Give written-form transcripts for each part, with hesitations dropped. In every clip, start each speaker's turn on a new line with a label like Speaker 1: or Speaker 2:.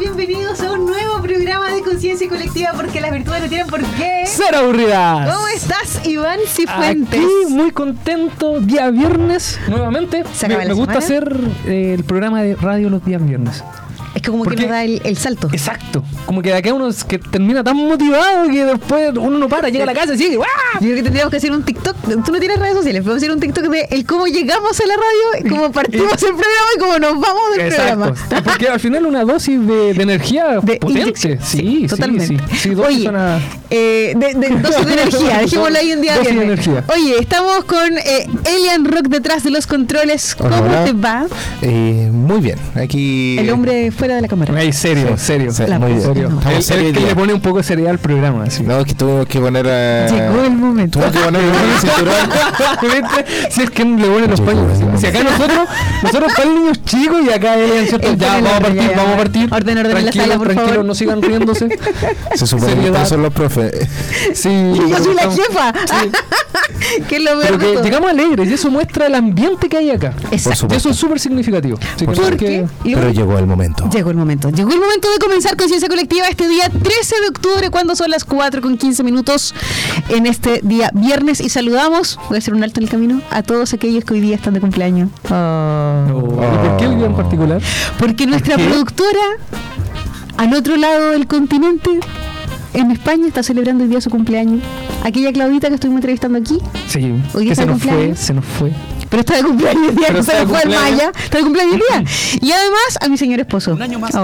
Speaker 1: bienvenidos a un nuevo programa de Conciencia Colectiva, porque las virtudes no tienen por qué
Speaker 2: ser aburridas.
Speaker 1: ¿Cómo estás, Iván Cifuentes?
Speaker 2: Aquí muy contento, día viernes nuevamente. Me gusta hacer el programa de radio los días viernes.
Speaker 1: Es que como que nos da el salto.
Speaker 2: Exacto. Como que de acá uno que termina tan motivado que después uno no para, llega a la casa y sigue. ¡Wah!
Speaker 1: Yo creo que tendríamos que hacer un TikTok. Tú no tienes redes sociales, podemos hacer un TikTok de el cómo llegamos a la radio, cómo partimos el programa y cómo nos vamos del programa.
Speaker 2: Porque al final una dosis de energía potente. Sí,
Speaker 1: totalmente.
Speaker 2: Sí,
Speaker 1: oye, dosis de energía, dejémoslo ahí un día bien. Oye, estamos con Elian Rock detrás de los controles. ¿Cómo te va?
Speaker 3: Muy bien. Aquí
Speaker 1: el hombre fuera de la cámara.
Speaker 2: Ay, serio.
Speaker 3: Muy bien.
Speaker 2: Serio. El que le pone un poco de seriedad al programa. Así.
Speaker 3: No, es que tuvo que poner
Speaker 1: llegó el momento.
Speaker 3: Tuvo que poner el cinturón.
Speaker 2: Si es que le ponen los paños. Si acá nosotros para niños chicos y acá Elian, ¿cierto? Ya, vamos a partir.
Speaker 1: Orden en la sala, por favor.
Speaker 2: No sigan riéndose.
Speaker 3: Se supone que todos son los profes.
Speaker 2: Sí.
Speaker 1: Y yo soy la jefa.
Speaker 2: Sí.
Speaker 1: Que es lo
Speaker 2: pero que llegamos alegres y eso muestra el ambiente que hay acá.
Speaker 1: Exacto.
Speaker 2: Y eso es súper significativo.
Speaker 3: Pero llegó el momento.
Speaker 1: Llegó el momento de comenzar Conciencia Colectiva este día 13 de octubre, cuando son las 4:15 en este día viernes. Y saludamos, voy a hacer un alto en el camino, a todos aquellos que hoy día están de cumpleaños.
Speaker 2: ¿Y por qué el día en particular?
Speaker 1: Porque nuestra productora, al otro lado del continente, en España, está celebrando hoy día su cumpleaños. Aquella Claudita que estuvimos entrevistando aquí.
Speaker 2: Sí,
Speaker 1: hoy día
Speaker 2: que se nos fue.
Speaker 1: Pero está de cumpleaños el día, no se le fue el Maya. Está de cumpleaños el día. Y además a mi señor esposo.
Speaker 4: Un año más.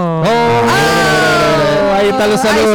Speaker 2: Ahí están los saludos.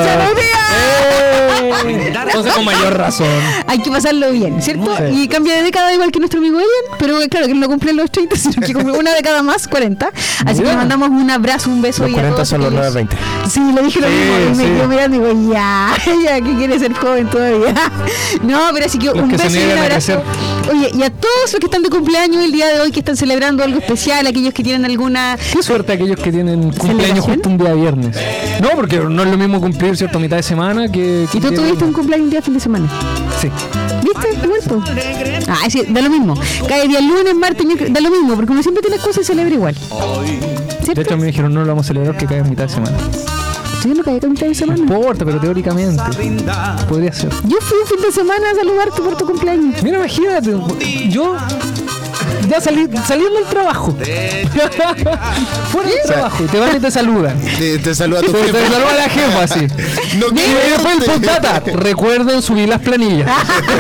Speaker 2: Entonces con mayor razón.
Speaker 1: Hay que pasarlo bien, ¿cierto?
Speaker 2: Sí.
Speaker 1: Y cambia de década igual que nuestro amigo Elian, pero claro que él no cumple los 30, sino que cumple una década más, 40. Así que le mandamos un abrazo, un beso.
Speaker 3: Los 40 son los 9-20.
Speaker 1: Sí, le dije lo mismo y me quedo mirando y digo, ya, que quiere ser joven todavía. No, pero así que un beso y un abrazo. Oye, y a todos los que están de cumpleaños el día de hoy, que están celebrando algo especial, aquellos que tienen alguna...
Speaker 2: Qué suerte aquellos que tienen cumpleaños justo un día viernes. No, porque no es lo mismo cumplir, ¿cierto?, a mitad de semana que...
Speaker 1: ¿Y tú tuviste un cumpleaños un día fin de semana?
Speaker 2: Sí.
Speaker 1: ¿Viste? Igual. Sí, da lo mismo. Cae día lunes, martes, miércoles, da lo mismo, porque uno siempre tiene cosas y celebra igual. ¿Cierto?
Speaker 2: De hecho, me dijeron, no lo vamos a celebrar porque cae en mitad de semana.
Speaker 1: Yo no caí a mitad de semana.
Speaker 2: No importa, pero teóricamente podría ser.
Speaker 1: Yo fui un fin de semana a saludarte por tu cumpleaños.
Speaker 2: Mira, imagínate, yo ya saliendo del trabajo. Fuera del trabajo, te van y te saludan.
Speaker 3: Te saluda tu
Speaker 2: jefa. Te saluda la jefa, sí. Y después el postdata. Recuerden subir las planillas.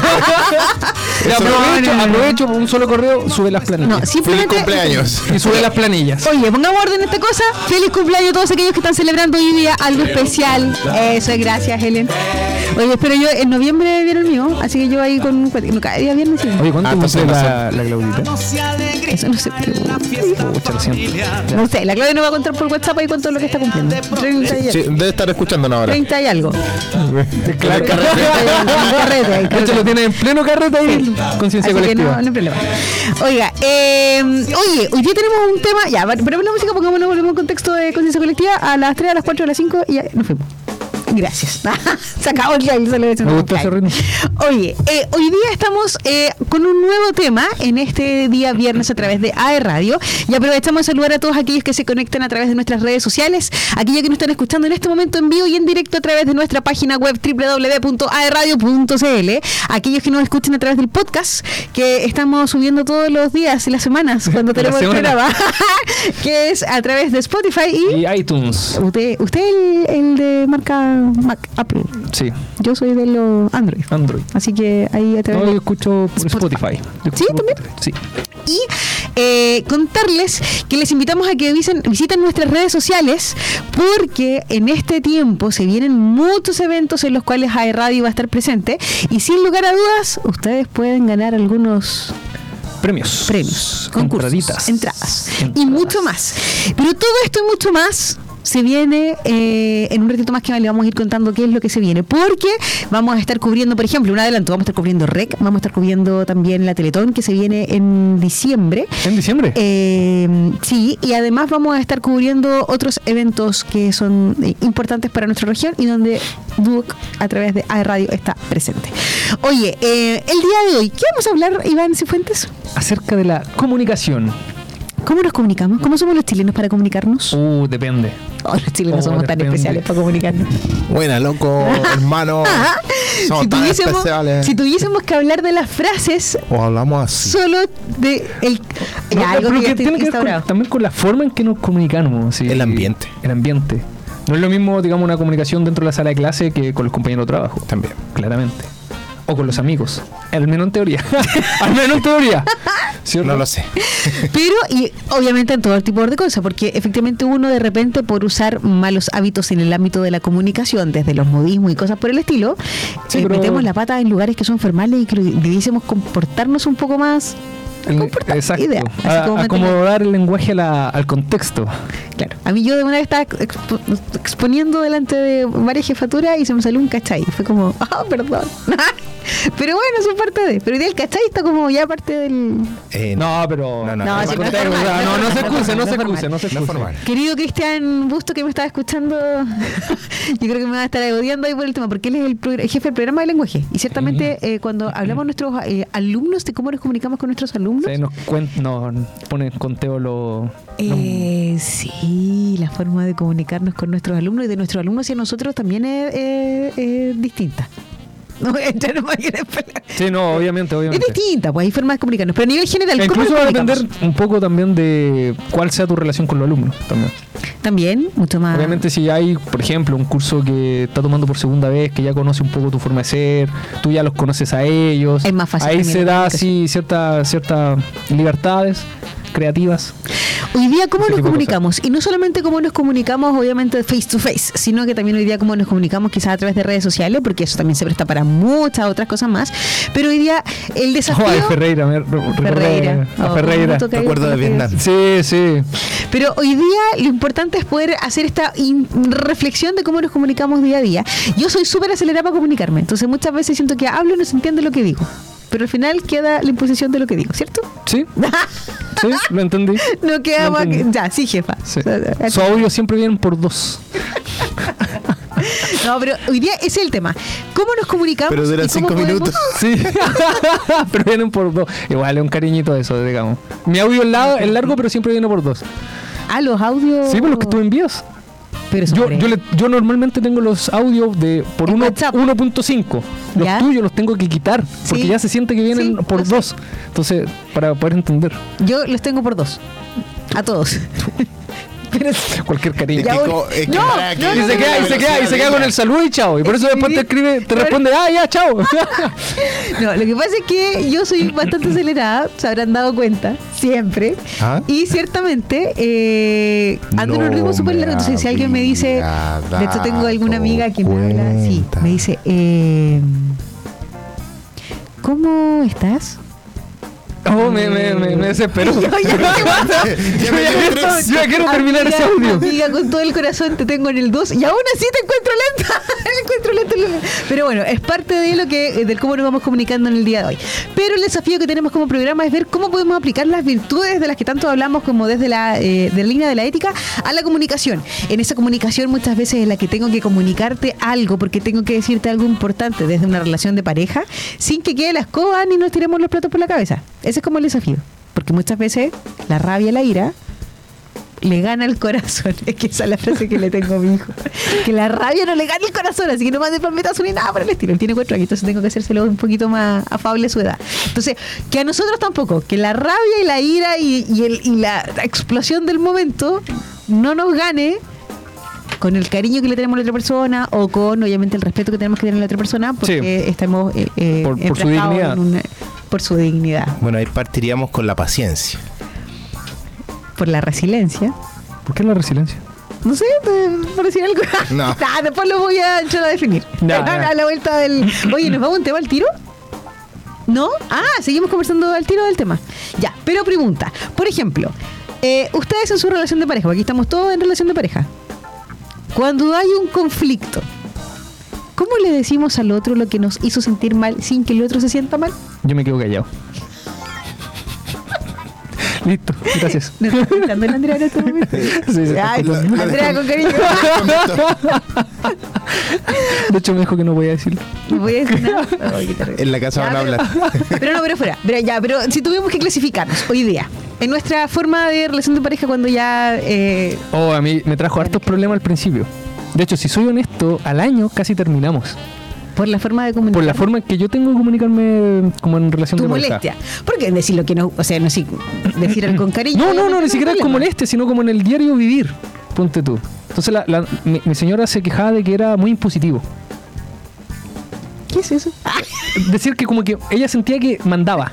Speaker 2: Aprovecho un solo correo, sube las planillas.
Speaker 1: No, simplemente
Speaker 3: feliz cumpleaños.
Speaker 2: Y sube las planillas.
Speaker 1: Oye, pongamos orden en esta cosa. Feliz cumpleaños a todos aquellos que están celebrando hoy día algo especial. Eso es, gracias, Helen. Oye, espero yo, en noviembre viene el mío, así que yo ahí con un no cada día viernes. Sí.
Speaker 2: Oye, ¿cuánto cumple la Claudita?
Speaker 1: Eso no sé. No sé, la Claudia no va a contar por WhatsApp ahí cuánto es lo que está cumpliendo. 30 y
Speaker 3: sí, debe estar escuchándonos ahora.
Speaker 1: 30 y algo.
Speaker 2: Claro, carrete. De hecho, lo tiene en pleno carrete ahí. Sí. Conciencia colectiva.
Speaker 1: No hay problema. Oiga, hoy día tenemos un tema. Ya, pero la música, pongámonos, volvemos en contexto de Conciencia Colectiva a las 3, a las 4, a las 5 y ya nos fuimos. Gracias. Se acabó el live.
Speaker 2: Me gustó ese ritmo.
Speaker 1: Oye, hoy día estamos con un nuevo tema en este día viernes a través de AE Radio, y aprovechamos de saludar a todos aquellos que se conectan a través de nuestras redes sociales, aquellos que nos están escuchando en este momento en vivo y en directo a través de nuestra página web www.aeradio.cl, aquellos que nos escuchan a través del podcast que estamos subiendo todos los días y las semanas cuando tenemos el programa, que es a través de Spotify y
Speaker 2: iTunes.
Speaker 1: Usted el de marca Mac, Apple.
Speaker 2: Sí.
Speaker 1: Yo soy de los Android. Así que ahí a través
Speaker 2: yo escucho por Spotify.
Speaker 1: ¿Sí? ¿También?
Speaker 2: Sí.
Speaker 1: Y contarles que les invitamos a que visiten nuestras redes sociales, porque en este tiempo se vienen muchos eventos en los cuales AE Radio va a estar presente, y sin lugar a dudas ustedes pueden ganar algunos premios, concursos, entradas y mucho más. Pero todo esto y mucho más se viene en un ratito más, que le vamos a ir contando qué es lo que se viene, porque vamos a estar cubriendo, por ejemplo, un adelanto, vamos a estar cubriendo REC, vamos a estar cubriendo también la Teletón, que se viene en diciembre.
Speaker 2: ¿En diciembre?
Speaker 1: Sí, y además vamos a estar cubriendo otros eventos que son importantes para nuestra región y donde Duoc a través de AE Radio está presente. Oye, el día de hoy, ¿qué vamos a hablar, Iván Cifuentes?
Speaker 2: Acerca de la comunicación.
Speaker 1: ¿Cómo nos comunicamos? ¿Cómo somos los chilenos para comunicarnos?
Speaker 2: Depende.
Speaker 1: Oh, los chilenos somos tan
Speaker 2: depende.
Speaker 1: especiales para comunicarnos.
Speaker 3: Buena, loco, hermano. Somos tan especiales.
Speaker 1: Si tuviésemos que hablar de las frases
Speaker 3: O hablamos así.
Speaker 1: solo de el
Speaker 2: No,
Speaker 1: algo
Speaker 2: pero
Speaker 1: que ya
Speaker 2: que tiene que ver
Speaker 1: instaurado.
Speaker 2: también con la forma en que nos comunicamos. ¿sí?
Speaker 3: El ambiente.
Speaker 2: El ambiente. No es lo mismo, digamos, una comunicación dentro de la sala de clase que con los compañeros de trabajo.
Speaker 3: También.
Speaker 2: Claramente. O con los amigos. Al menos en teoría. Al menos en teoría. ¿Cierto?
Speaker 3: No lo sé.
Speaker 1: Pero, y obviamente en todo tipo de cosas, porque efectivamente uno de repente por usar malos hábitos en el ámbito de la comunicación, desde los modismos y cosas por el estilo,
Speaker 2: Sí, pero-
Speaker 1: metemos la pata en lugares que son formales y que debiésemos comportarnos un poco más.
Speaker 2: Exacto.
Speaker 1: Idea, así como
Speaker 2: Acomodar el lenguaje al contexto.
Speaker 1: Claro. A mí yo de una vez estaba exponiendo delante de varias jefaturas y se me salió un cachai. Fue como, perdón. Pero bueno, eso es parte de. Pero hoy día el cachai está como ya parte del.
Speaker 2: No, pero.
Speaker 3: No,
Speaker 1: No, sí, no es formal,
Speaker 2: no se excuse, no se
Speaker 1: formal.
Speaker 2: excuse, no se
Speaker 3: No es
Speaker 2: excuse.
Speaker 3: formal.
Speaker 1: Querido Cristian Busto, que me estaba escuchando, yo creo que me va a estar odiando ahí por el tema, porque él es el jefe del programa de lenguaje. Y ciertamente cuando hablamos nuestros alumnos, de cómo nos comunicamos con nuestros alumnos,
Speaker 2: Sí, nos pone en conteo lo.
Speaker 1: sí, la forma de comunicarnos con nuestros alumnos y de nuestros alumnos hacia nosotros también es distinta. No voy a entrar en mayores palabras.
Speaker 2: Sí, no, obviamente.
Speaker 1: Es distinta, pues hay formas de comunicarnos. Pero a nivel general,
Speaker 2: E
Speaker 1: ¿cómo
Speaker 2: incluso
Speaker 1: nos
Speaker 2: va a
Speaker 1: comunicamos?
Speaker 2: depender un poco también de cuál sea tu relación con los alumnos también.
Speaker 1: También, mucho más.
Speaker 2: Obviamente si hay, por ejemplo, un curso que está tomando por segunda vez, que ya conoce un poco tu forma de ser, tú ya los conoces a ellos.
Speaker 1: Es más fácil
Speaker 2: Ahí
Speaker 1: también
Speaker 2: se
Speaker 1: la
Speaker 2: da
Speaker 1: comunicación.
Speaker 2: así ciertas libertades creativas.
Speaker 1: Hoy día, ¿cómo
Speaker 2: Ese
Speaker 1: nos
Speaker 2: tipo de
Speaker 1: comunicamos? Y no solamente cómo nos comunicamos, obviamente, face to face, sino que también hoy día cómo nos comunicamos quizás a través de redes sociales, porque eso también se presta para muchas otras cosas más. Pero hoy día el desafío...
Speaker 2: Ay, Ferreira, me recordé
Speaker 1: Ferreira.
Speaker 2: a
Speaker 1: Oh,
Speaker 2: Ferreira.
Speaker 1: no toca ahí,
Speaker 3: Recuerdo de
Speaker 1: porque-
Speaker 3: Vietnam.
Speaker 2: Sí, sí.
Speaker 1: Pero hoy día lo importante es poder hacer esta reflexión de cómo nos comunicamos día a día. Yo soy súper acelerada para comunicarme, entonces muchas veces siento que hablo y no se entiende lo que digo. Pero al final queda la imposición de lo que digo, ¿cierto?
Speaker 2: Sí, sí, lo entendí.
Speaker 1: No queda
Speaker 2: Lo
Speaker 1: más que...
Speaker 2: entendí.
Speaker 1: Ya, sí, jefa.
Speaker 2: Sí.
Speaker 1: O sea,
Speaker 2: Su audio siempre vienen por dos.
Speaker 1: no, pero hoy día ese es el tema. ¿Cómo nos comunicamos?
Speaker 3: Pero duran
Speaker 1: y cómo
Speaker 3: 5
Speaker 1: podemos-
Speaker 3: minutos.
Speaker 2: Sí, pero vienen por dos. Igual es un cariñito eso, digamos. Mi audio es largo, pero siempre viene por dos.
Speaker 1: Ah, los audios.
Speaker 2: Sí, por los que tú envías.
Speaker 1: Pero son
Speaker 2: Yo,
Speaker 1: breves.
Speaker 2: yo normalmente tengo los audios de por
Speaker 1: En
Speaker 2: 1.5. Los
Speaker 1: ¿Ya?
Speaker 2: tuyos los tengo que quitar porque
Speaker 1: Sí.
Speaker 2: ya se siente que vienen
Speaker 1: Sí,
Speaker 2: por
Speaker 1: lo sé.
Speaker 2: dos. Entonces, para poder entender
Speaker 1: Yo los tengo por dos. A todos. Pero
Speaker 2: cualquier cariño.
Speaker 1: Ya,
Speaker 3: Es que
Speaker 1: bueno.
Speaker 3: es que
Speaker 1: No,
Speaker 3: para que-
Speaker 1: no,
Speaker 2: Y se queda, y se queda, y se queda con el saludo y chao. Y por eso después te escribe, te responde, ya, chao.
Speaker 1: no, lo que pasa es que yo soy bastante acelerada, se habrán dado cuenta, siempre.
Speaker 3: ¿Ah?
Speaker 1: Y ciertamente ando en un
Speaker 3: No
Speaker 1: ritmo súper largo. Entonces, si alguien me dice,
Speaker 3: había
Speaker 1: de hecho, tengo alguna amiga que me habla, sí,
Speaker 3: cuenta.
Speaker 1: me dice, ¿cómo estás?
Speaker 2: Oh, me desesperó.
Speaker 1: Yo ya-
Speaker 3: Ya me dio tres.
Speaker 2: Yo ya quiero terminar
Speaker 1: Amiga,
Speaker 2: ese audio.
Speaker 1: Amiga, con todo el corazón te tengo en el 2 y aún así te encuentro lenta. Te encuentro lenta. Pero bueno, es parte de lo que del cómo nos vamos comunicando en el día de hoy. Pero el desafío que tenemos como programa es ver cómo podemos aplicar las virtudes de las que tanto hablamos como desde la línea de la ética a la comunicación. En esa comunicación muchas veces es la que tengo que comunicarte algo porque tengo que decirte algo importante desde una relación de pareja sin que quede la escoba ni nos tiremos los platos por la cabeza. Ese es como el desafío. Porque muchas veces la rabia y la ira le gana el corazón. Es que esa es la frase que le tengo a mi hijo. Que la rabia no le gana el corazón, así que no mande palmetazo ni nada por el estilo. Él tiene 4 años, entonces tengo que hacérselo un poquito más afable a su edad. Entonces, que a nosotros tampoco, que la rabia y la ira y la explosión del momento no nos gane con el cariño que le tenemos a la otra persona o con, obviamente, el respeto que tenemos que tener a la otra persona porque estamos
Speaker 2: Por su
Speaker 1: enfrascados
Speaker 2: dignidad.
Speaker 1: por su dignidad,
Speaker 3: Bueno, ahí partiríamos con la paciencia.
Speaker 1: por la resiliencia.
Speaker 2: ¿Por qué la resiliencia?
Speaker 1: No sé, por decir algo.
Speaker 3: No.
Speaker 1: Después lo voy a echar a definir.
Speaker 2: Ya,
Speaker 1: A la vuelta del... Oye, ¿nos vamos a un tema al tiro? ¿No? Ah, seguimos conversando al tiro del tema. Ya, pero pregunta. Por ejemplo, ustedes en su relación de pareja, porque aquí estamos todos en relación de pareja. Cuando hay un conflicto, ¿cómo le decimos al otro lo que nos hizo sentir mal sin que el otro se sienta mal?
Speaker 2: Yo me quedo callado. Listo, gracias.
Speaker 1: ¿Nos está escuchando el Andrea en este momento?
Speaker 2: Sí, sí.
Speaker 1: Ay, Andrea, con cariño.
Speaker 2: De hecho, me dijo que no voy a decirlo.
Speaker 1: No voy a decir nada. Ay, qué terrible.
Speaker 3: En la casa
Speaker 1: Ya,
Speaker 3: van a
Speaker 1: pero-
Speaker 3: hablar.
Speaker 1: Pero no, pero fuera. Pero si tuvimos que clasificarnos hoy día, en nuestra forma de relación de pareja cuando ya...
Speaker 2: a mí me trajo hartos problemas al principio. De hecho, si soy honesto, al año casi terminamos.
Speaker 1: Por la forma de comunicar.
Speaker 2: Por la forma en que yo tengo de comunicarme como en relación de pareja. Tu molestia.
Speaker 1: ¿Por qué decir lo que no... O sea, no decir con cariño?
Speaker 2: No, ni siquiera es con molestia, sino como en el diario vivir. Ponte tú. Entonces mi señora se quejaba de que era muy impositivo.
Speaker 1: ¿Qué es eso?
Speaker 2: Decir que como que ella sentía que mandaba.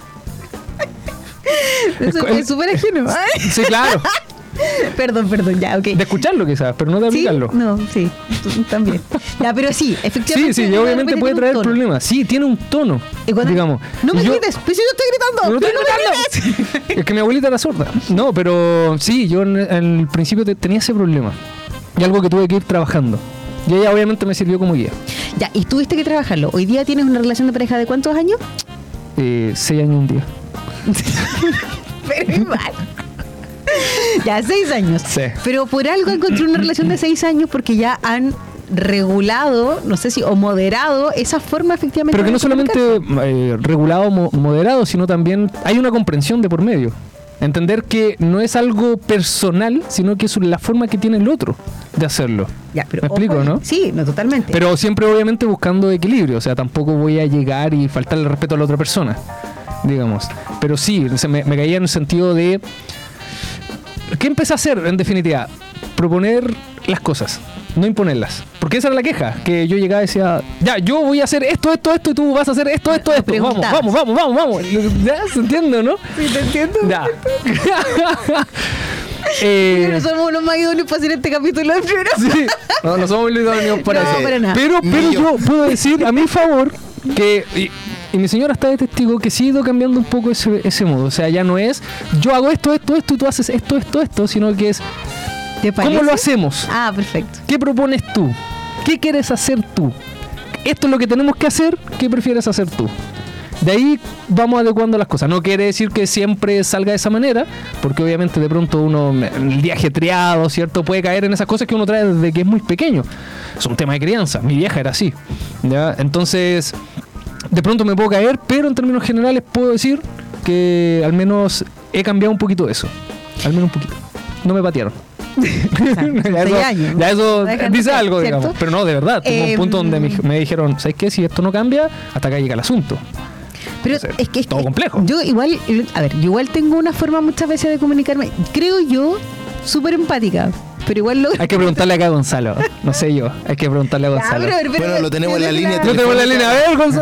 Speaker 1: Eso es súper ajeno.
Speaker 2: Sí, claro.
Speaker 1: Perdón, ya, ok.
Speaker 2: De escucharlo quizás, pero no de aplicarlo.
Speaker 1: ¿Sí? No, sí, también. Ya, pero sí, efectivamente.
Speaker 2: Sí, y obviamente puede traer problemas. Sí, tiene un tono, digamos.
Speaker 1: No me grites, pues si yo estoy gritando.
Speaker 2: No me grites. Es que mi abuelita era sorda. No, pero sí, yo en el principio tenía ese problema. Y algo que tuve que ir trabajando. Y ella obviamente me sirvió como guía.
Speaker 1: Ya, y tuviste que trabajarlo. ¿Hoy día tienes una relación de pareja de cuántos años?
Speaker 2: 6 años un día.
Speaker 1: Pero igual. Ya, 6 años.
Speaker 2: Sí.
Speaker 1: Pero por algo encontré una relación de 6 años porque ya han regulado, no sé si, o moderado esa forma efectivamente.
Speaker 2: Pero que no solamente regulado, moderado, sino también hay una comprensión de por medio. Entender que no es algo personal, sino que es la forma que tiene el otro de hacerlo.
Speaker 1: Ya, pero
Speaker 2: ¿me explico, no?
Speaker 1: Sí, no, totalmente.
Speaker 2: Pero siempre obviamente buscando equilibrio. O sea, tampoco voy a llegar y faltarle el respeto a la otra persona, digamos. Pero sí, me caía en el sentido de... ¿Qué empecé a hacer, en definitiva? Proponer las cosas, no imponerlas. Porque esa era la queja, que yo llegaba y decía, ya, yo voy a hacer esto, y tú vas a hacer esto. Vamos. ¿Ya? ¿Se entiende, no?
Speaker 1: Sí, te entiendo.
Speaker 2: Ya.
Speaker 1: No somos los más idóneos para hacer este capítulo de primero.
Speaker 2: Sí, no somos los idóneos para eso.
Speaker 1: Para nada.
Speaker 2: Pero yo puedo decir a mi favor que... Y mi señora está de testigo que sí ha ido cambiando un poco ese modo. O sea, ya no es yo hago esto, y tú haces esto, sino que es ¿cómo lo hacemos?
Speaker 1: Ah, perfecto.
Speaker 2: ¿Qué propones tú? ¿Qué quieres hacer tú? Esto es lo que tenemos que hacer, ¿qué prefieres hacer tú? De ahí vamos adecuando las cosas. No quiere decir que siempre salga de esa manera, porque obviamente de pronto uno, en el día ajetreado, ¿cierto? Puede caer en esas cosas que uno trae desde que es muy pequeño. Es un tema de crianza. Mi vieja era así, ¿ya? Entonces... de pronto me puedo caer, pero en términos generales puedo decir que al menos he cambiado un poquito eso. Al menos un poquito. No me patearon. Ya eso dice algo, ¿cierto? Digamos. Pero no, de verdad. Tuve un punto donde me dijeron, ¿sabes qué? Si esto no cambia, hasta acá llega el asunto.
Speaker 1: Pero entonces, es todo
Speaker 2: complejo.
Speaker 1: Yo igual tengo una forma muchas veces de comunicarme, creo yo, súper empática. Pero igual
Speaker 2: hay que preguntarle acá a Gonzalo. No sé yo. Hay que preguntarle a Gonzalo.
Speaker 3: Bueno, lo tenemos en la línea.
Speaker 2: Lo tenemos en la línea. A ver, Gonzalo.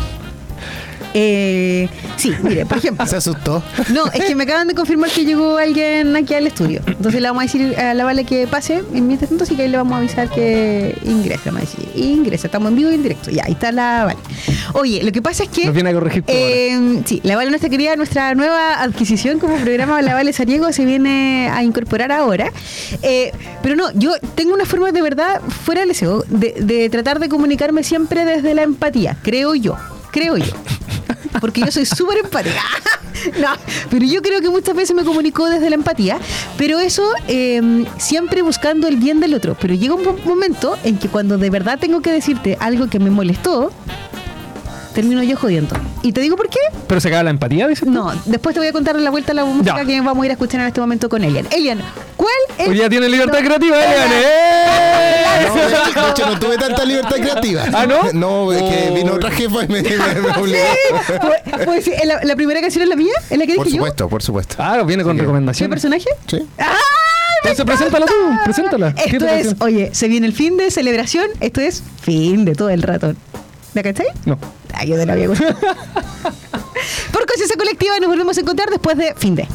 Speaker 1: Sí, mire, por ejemplo.
Speaker 3: ¿Se asustó?
Speaker 1: No, es que me acaban de confirmar que llegó alguien aquí al estudio. Entonces le vamos a decir a la Vale que pase en mientras tanto, así que ahí le vamos a avisar que ingrese. Vamos a decir, ingresa, estamos en vivo y en directo. Ya, ahí está la Vale. Oye, lo que pasa es que...
Speaker 2: Nos viene a corregir todo
Speaker 1: sí, la Vale, nuestra nueva adquisición como programa, la Vale Sariego, se viene a incorporar ahora. Pero no, yo tengo una forma de verdad, fuera del SEO, de tratar de comunicarme siempre desde la empatía, creo yo. Porque yo soy súper empática. No, pero yo creo que muchas veces me comunico desde la empatía, pero eso siempre buscando el bien del otro. Pero llega un momento en que cuando de verdad tengo que decirte algo que me molestó, termino yo jodiendo. ¿Y te digo por qué?
Speaker 2: ¿Pero se acaba la empatía, dices tú?
Speaker 1: No, después te voy a contar la vuelta a la música que vamos a ir a escuchar en este momento con Elian. Elian, ¿cuál es?
Speaker 2: Hoy ya tiene libertad creativa, Elian.
Speaker 3: No, de hecho, no tuve tanta libertad creativa.
Speaker 2: ¿Ah, no?
Speaker 3: No, es que vino otra jefa y me obligó.
Speaker 1: Pues, ¿la primera canción es la mía? ¿Es la que dije yo?
Speaker 3: Por supuesto.
Speaker 2: Ah, viene con recomendación.
Speaker 1: ¿Qué personaje?
Speaker 3: Sí.
Speaker 1: ¡Ah!
Speaker 2: Entonces, preséntala tú, preséntala.
Speaker 1: Esto es, oye, se viene el fin de celebración, esto es fin de todo el rato. ¿La cachai?
Speaker 2: No.
Speaker 1: Ay, yo te la había gustado. Por Conciencia Colectiva nos volvemos a encontrar después de fin de.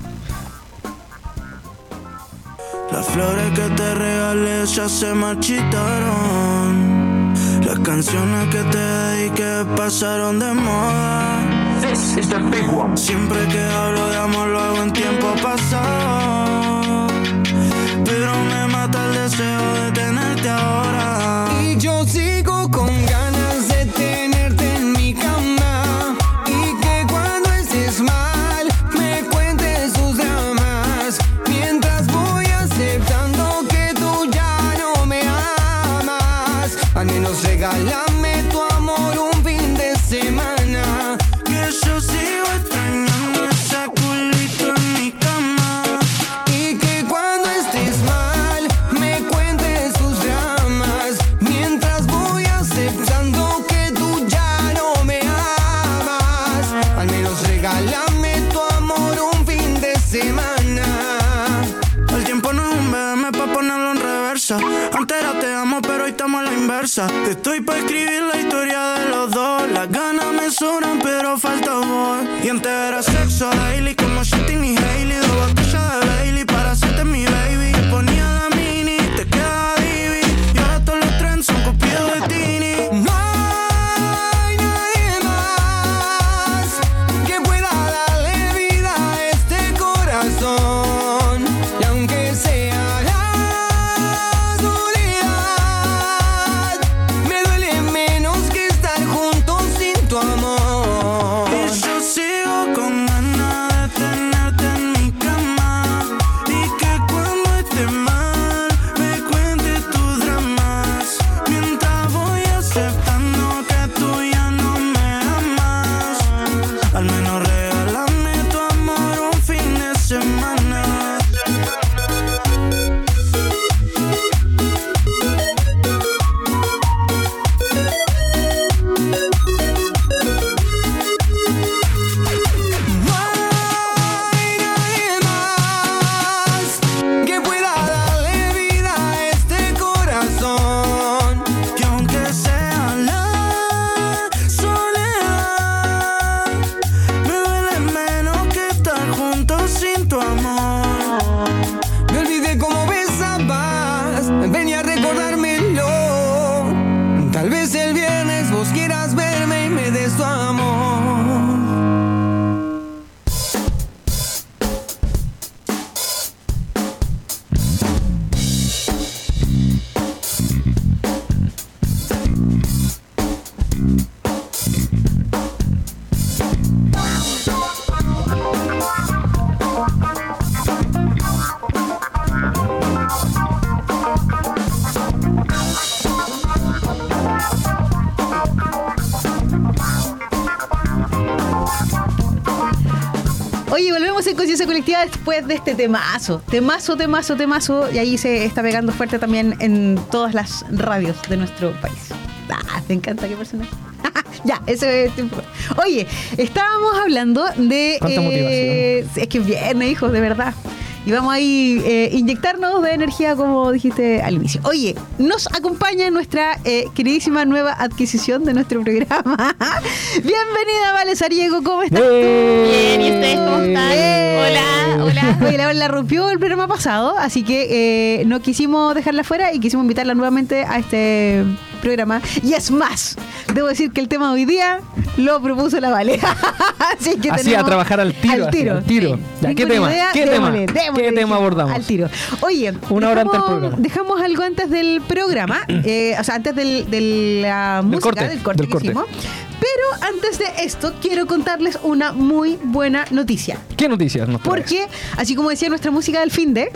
Speaker 4: Las flores que te regalé ya se marchitaron. Las canciones que te dediqué pasaron de moda.
Speaker 5: This is the big one.
Speaker 4: Siempre que hablo de amor lo hago en tiempo pasado, pero me mata el deseo de tenerte ahora. Y yo sigo con ganas de tenerte en mi cama, y que cuando estés mal me cuentes tus dramas, mientras voy aceptando que tú ya no me amas. Al menos regálame tu amor un fin de semana, que yo sigo extrañando ese culito en mi Antes era te amo, pero hoy estamos a la inversa. Estoy pa' escribir la historia de los dos. Las ganas me sobran, pero falta amor. Y antes era sexo daily, como Shitting y Hailey. 2 botellas de Bailey para hacerte mi baby. Te ponía la mini, te quedaba divi. Y ahora todos los trends son copiados de Tini. No hay nadie más que pueda darle vida a este corazón. Y aunque sea la soledad, me duele menos que estar juntos sin tu amor. Y yo sigo con ganas de tenerte en mi cama. Y que cuando esté mal me cuentes tus dramas. Mientras voy aceptando que tú ya no me amas. Al menos regálame tu amor un fin de semana. No hay nadie más que pueda darle vida a este corazón. Que aunque sea la soledad, me duele menos que estar juntos sin tu amor. Me olvidé cómo besabas, venía a recordármelo. Tal vez el viernes vos quieras verme y me des tu amor.
Speaker 1: Oye, volvemos en Conciencia Colectiva después de este temazo. Temazo. Y ahí se está pegando fuerte también en todas las radios de nuestro país. Ah, te encanta, qué personaje. Ya, eso es tiempo. Oye, estábamos hablando de...
Speaker 2: ¿Cuánta motivación?
Speaker 1: Es que es viernes, hijos, de verdad. Y vamos a inyectarnos de energía, como dijiste al inicio. Oye, nos acompaña nuestra queridísima nueva adquisición de nuestro programa. Bienvenida, Vale Sariego, ¿cómo estás tú?
Speaker 6: Bien, ¿y ustedes cómo están? Hola.
Speaker 1: Oye, la rompió el programa pasado, así que no quisimos dejarla fuera y quisimos invitarla nuevamente a este programa. Y es más, debo decir que el tema de hoy día lo propuso la Vale. Así que
Speaker 2: Así a trabajar al tiro.
Speaker 1: Sí.
Speaker 2: Ya, ¿qué tema?
Speaker 1: Idea,
Speaker 2: ¿Qué tema abordamos?
Speaker 1: Al tiro. Oye,
Speaker 2: Una hora antes del programa.
Speaker 1: Dejamos algo antes del programa, o sea, antes de la música, del corte que hicimos. Pero antes de esto, quiero contarles una muy buena noticia.
Speaker 2: ¿Qué noticias nos traes?
Speaker 1: Porque, así como decía nuestra música del finde,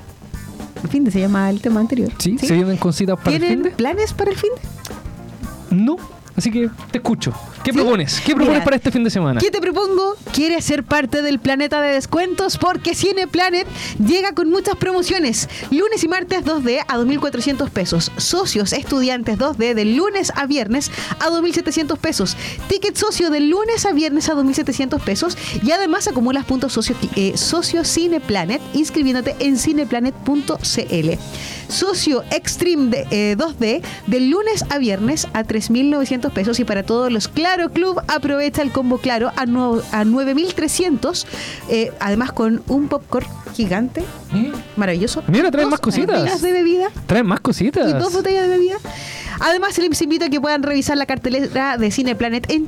Speaker 1: el finde se llama el tema anterior.
Speaker 2: ¿Sí? ¿Se vienen con citas para el
Speaker 1: ¿Tienen
Speaker 2: finde?
Speaker 1: planes para el finde?
Speaker 2: No, así que te escucho. ¿Qué
Speaker 1: ¿Sí?
Speaker 2: propones? ¿Qué propones
Speaker 1: Mira,
Speaker 2: para este fin de semana?
Speaker 1: ¿Qué te propongo? ¿Quieres ser parte del planeta de descuentos? Porque Cineplanet llega con muchas promociones. Lunes y martes 2D a 2.400 pesos. Socios estudiantes 2D de lunes a viernes a 2.700 pesos. Ticket socio de lunes a viernes a 2.700 pesos. Y además acumulas puntos socio Cineplanet inscribiéndote en cineplanet.cl. Socio Extreme de, 2D de lunes a viernes a 3.900 pesos. Y para todos los Claro Club aprovecha el combo Claro a 9.300, además con un popcorn gigante, maravilloso.
Speaker 2: Mira, traen
Speaker 1: 2
Speaker 2: más cositas.
Speaker 1: botellas de bebida
Speaker 2: Traen más cositas.
Speaker 1: y 2 botellas de bebida. Además, se les invita a que puedan revisar la cartelera de Cineplanet en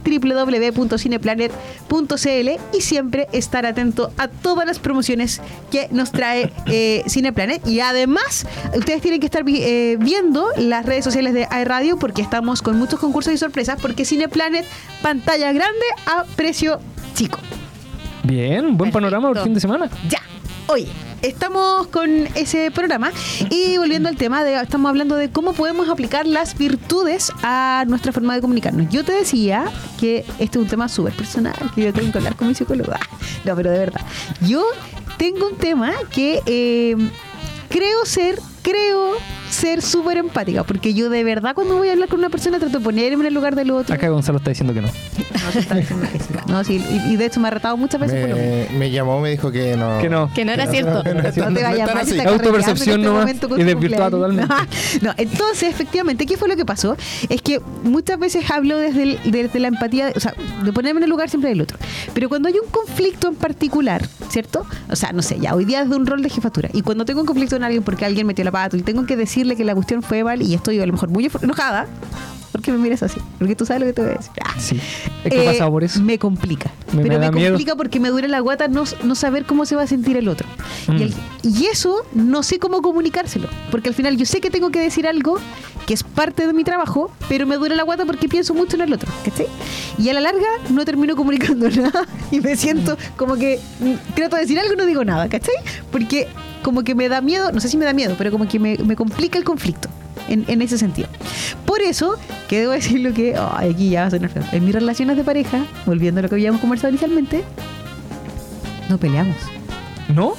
Speaker 1: www.cineplanet.cl y siempre estar atento a todas las promociones que nos trae Cineplanet. Y además, ustedes tienen que estar viendo las redes sociales de iRadio porque estamos con muchos concursos y sorpresas porque Cineplanet, pantalla grande a precio chico.
Speaker 2: Bien, buen panorama por
Speaker 1: Perfecto.
Speaker 2: fin de semana.
Speaker 1: Ya. Oye, estamos con ese programa y volviendo al tema, estamos hablando de cómo podemos aplicar las virtudes a nuestra forma de comunicarnos. Yo te decía que este es un tema súper personal, que yo tengo que hablar con mi psicóloga. No, pero de verdad. Yo tengo un tema que creo ser súper empática, porque yo de verdad cuando voy a hablar con una persona trato de ponerme en el lugar del otro.
Speaker 2: Acá Gonzalo está diciendo que no.
Speaker 1: No, se está diciendo que sí. No, sí, y de hecho me ha retado muchas veces por lo mismo.
Speaker 3: Me llamó, me dijo que no.
Speaker 2: Que no.
Speaker 6: Que no era cierto.
Speaker 1: No te vayas mal,
Speaker 3: así.
Speaker 1: está
Speaker 2: Autopercepción
Speaker 1: carreteando en
Speaker 2: nomás
Speaker 1: momento con
Speaker 2: y
Speaker 1: tu
Speaker 2: desvirtuada
Speaker 1: cumpleaños.
Speaker 2: totalmente.
Speaker 1: No, entonces, efectivamente, ¿qué fue lo que pasó? Es que muchas veces hablo desde la empatía, o sea, de ponerme en el lugar siempre del otro. Pero cuando hay un conflicto en particular, ¿cierto? O sea, no sé, ya hoy día es de un rol de jefatura. Y cuando tengo un conflicto con alguien porque alguien metió la pata y tengo que decirle que la cuestión fue mal y estoy a lo mejor muy enojada, ¿por qué me miras así? Porque tú sabes lo que te voy a decir.
Speaker 2: Sí. Es que he pasado por eso.
Speaker 1: Me complica.
Speaker 2: Me
Speaker 1: Pero
Speaker 2: da
Speaker 1: me
Speaker 2: miedo.
Speaker 1: complica porque me duele la guata no saber cómo se va a sentir el otro. Y eso no sé cómo comunicárselo. Porque al final yo sé que tengo que decir algo que es parte de mi trabajo, pero me duele la guata porque pienso mucho en el otro. ¿Cachai? Y a la larga no termino comunicando nada y me siento como que trato de decir algo y no digo nada. ¿Cachai? Porque como que me da miedo, no sé si me da miedo, pero como que me complica el conflicto. En ese sentido. Por eso, que debo decir lo que aquí ya va a sonar feo. En mis relaciones de pareja, volviendo a lo que habíamos conversado inicialmente, no peleamos.
Speaker 2: ¿No?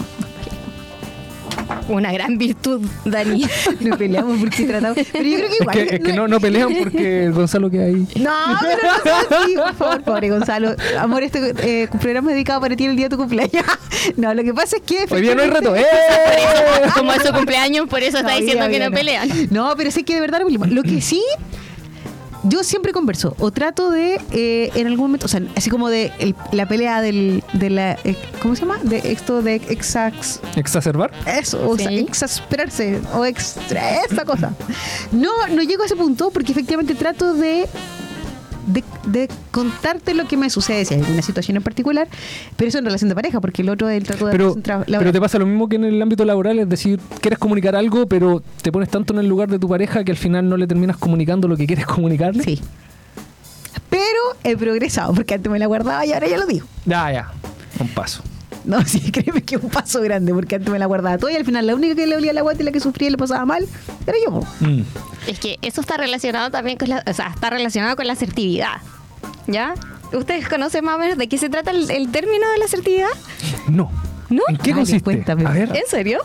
Speaker 6: Una gran virtud, Dani.
Speaker 1: No peleamos porque tratamos. Pero yo creo que igual.
Speaker 2: Es que no pelean porque el Gonzalo queda ahí.
Speaker 1: No, pero no seas así, por favor, pobre Gonzalo. Amor, este programa es dedicado para ti el día de tu cumpleaños. No, lo que pasa es que.
Speaker 2: Hoy día no hay reto.
Speaker 6: Como es su cumpleaños, por eso está diciendo que no pelean.
Speaker 1: No, pero sé que de verdad no peleamos. Lo que sí. Yo siempre converso, o trato de, en algún momento, o sea, así como de la pelea de la, ¿cómo se llama? De esto de
Speaker 2: ¿Exacerbar?
Speaker 1: eso, o sea,
Speaker 6: Sí.
Speaker 1: exasperarse, o esta cosa. No llego a ese punto porque efectivamente trato de contarte lo que me sucede, si hay alguna situación en particular, pero eso en relación de pareja, porque el otro es el trato de
Speaker 2: Pero
Speaker 1: laboral.
Speaker 2: te pasa lo mismo que en el ámbito laboral, es decir, quieres comunicar algo, pero te pones tanto en el lugar de tu pareja que al final no le terminas comunicando lo que quieres comunicarle.
Speaker 1: Sí. Pero he progresado, porque antes me la guardaba y ahora ya lo digo.
Speaker 2: Ya. Un paso.
Speaker 1: No, sí, créeme que es un paso grande, porque antes me la guardaba todo y al final la única que le olía la guata y la que sufría y le pasaba mal era yo.
Speaker 6: Es que eso está relacionado también con está relacionado con la asertividad. ¿Ya? ¿Ustedes conocen más o menos de qué se trata el término de la asertividad?
Speaker 2: No.
Speaker 6: ¿No?
Speaker 2: ¿En qué
Speaker 1: Dale,
Speaker 2: consiste?
Speaker 1: cuéntame.
Speaker 2: A ver.
Speaker 6: ¿En serio?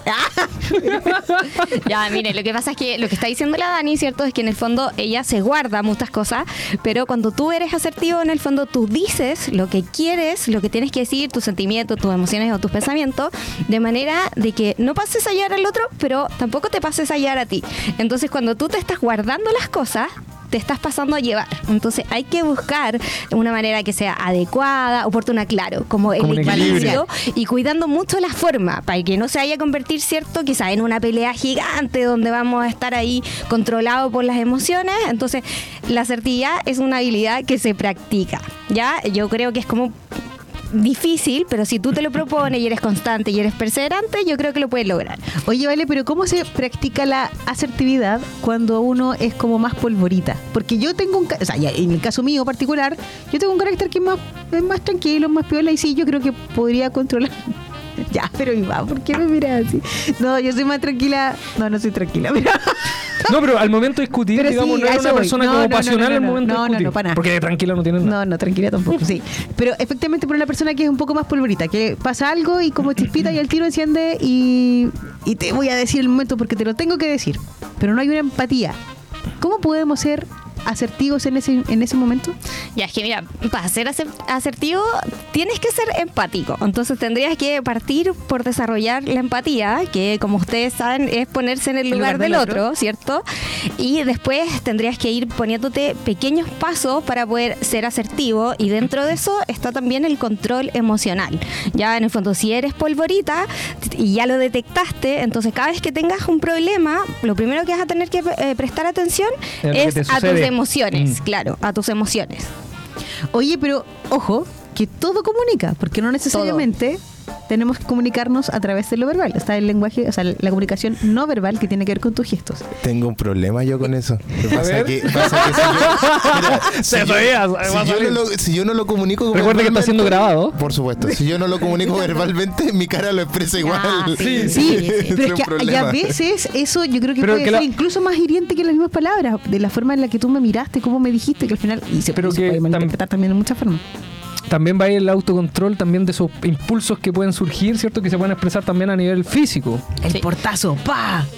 Speaker 6: Ya, mire, lo que pasa es que lo que está diciendo la Dani, ¿cierto? Es que en el fondo ella se guarda muchas cosas, pero cuando tú eres asertivo, en el fondo tú dices lo que quieres, lo que tienes que decir, tus sentimientos, tus emociones o tus pensamientos, de manera de que no pases a hallar al otro, pero tampoco te pases a hallar a ti. Entonces, cuando tú te estás guardando las cosas, te estás pasando a llevar. Entonces hay que buscar una manera que sea adecuada, oportuna, claro, como el
Speaker 2: Como un
Speaker 6: equilibrio y cuidando mucho la forma para que no se vaya a convertir, ¿cierto? Quizá en una pelea gigante donde vamos a estar ahí controlados por las emociones. Entonces la asertividad es una habilidad que se practica, ¿ya? Yo creo que es como difícil, pero si tú te lo propones y eres constante y eres perseverante, yo creo que lo puedes lograr.
Speaker 1: Oye, vale, pero ¿cómo se practica la asertividad cuando uno es como más polvorita? Porque yo tengo o sea, ya en el caso mío particular, yo tengo un carácter que es más tranquilo, más piola y sí, yo creo que podría controlar. Ya, pero Iván, ¿por qué me miras así? No, yo soy más tranquila. No soy tranquila, mira.
Speaker 2: No, pero al momento de discutir,
Speaker 1: Pero
Speaker 2: digamos,
Speaker 1: sí,
Speaker 2: no
Speaker 1: a
Speaker 2: era
Speaker 1: eso
Speaker 2: una
Speaker 1: voy.
Speaker 2: persona
Speaker 1: No,
Speaker 2: como
Speaker 1: no,
Speaker 2: pasional al momento de discutir.
Speaker 1: no, para nada.
Speaker 2: Porque de tranquila no tienes nada.
Speaker 1: No, tranquila tampoco, sí. Pero efectivamente por una persona que es un poco más polvorita, que pasa algo y como chispita y el tiro enciende y te voy a decir el momento porque te lo tengo que decir. Pero no hay una empatía. ¿Cómo podemos ser asertivos en ese momento?
Speaker 6: Ya, es que mira, para ser asertivo tienes que ser empático. Entonces tendrías que partir por desarrollar la empatía, que como ustedes saben es ponerse en el lugar del otro, ¿cierto? Y después tendrías que ir poniéndote pequeños pasos para poder ser asertivo, y dentro de eso está también el control emocional. Ya en el fondo, si eres polvorita y ya lo detectaste, entonces cada vez que tengas un problema, lo primero que vas a tener que prestar atención
Speaker 2: Es lo que
Speaker 6: es
Speaker 2: te
Speaker 6: a tus
Speaker 2: sucede.
Speaker 6: emociones, claro, a tus emociones.
Speaker 1: Oye, pero ojo, que todo comunica, porque no necesariamente tenemos que comunicarnos a través de lo verbal. Está el lenguaje, o sea, la comunicación no verbal que tiene que ver con tus gestos.
Speaker 3: Tengo un problema yo con eso. Lo que pasa que si yo no lo comunico
Speaker 2: Recuerda que está siendo grabado.
Speaker 3: Por supuesto. Si yo no lo comunico verbalmente, mi cara lo expresa igual.
Speaker 1: Sí, pero es
Speaker 3: un
Speaker 1: que
Speaker 3: problema.
Speaker 1: a veces eso yo creo que
Speaker 2: Pero
Speaker 1: puede
Speaker 2: que
Speaker 1: ser
Speaker 2: la-
Speaker 1: incluso más hiriente que las mismas palabras, de la forma en la que tú me miraste, cómo me dijiste, que al final
Speaker 2: Pero
Speaker 1: se
Speaker 2: que
Speaker 1: puede malinterpretar también en muchas formas.
Speaker 2: También va a ir el autocontrol también de esos impulsos que pueden surgir, ¿cierto? Que se pueden expresar también a nivel físico.
Speaker 1: El
Speaker 6: Sí.
Speaker 1: portazo, ¡pa!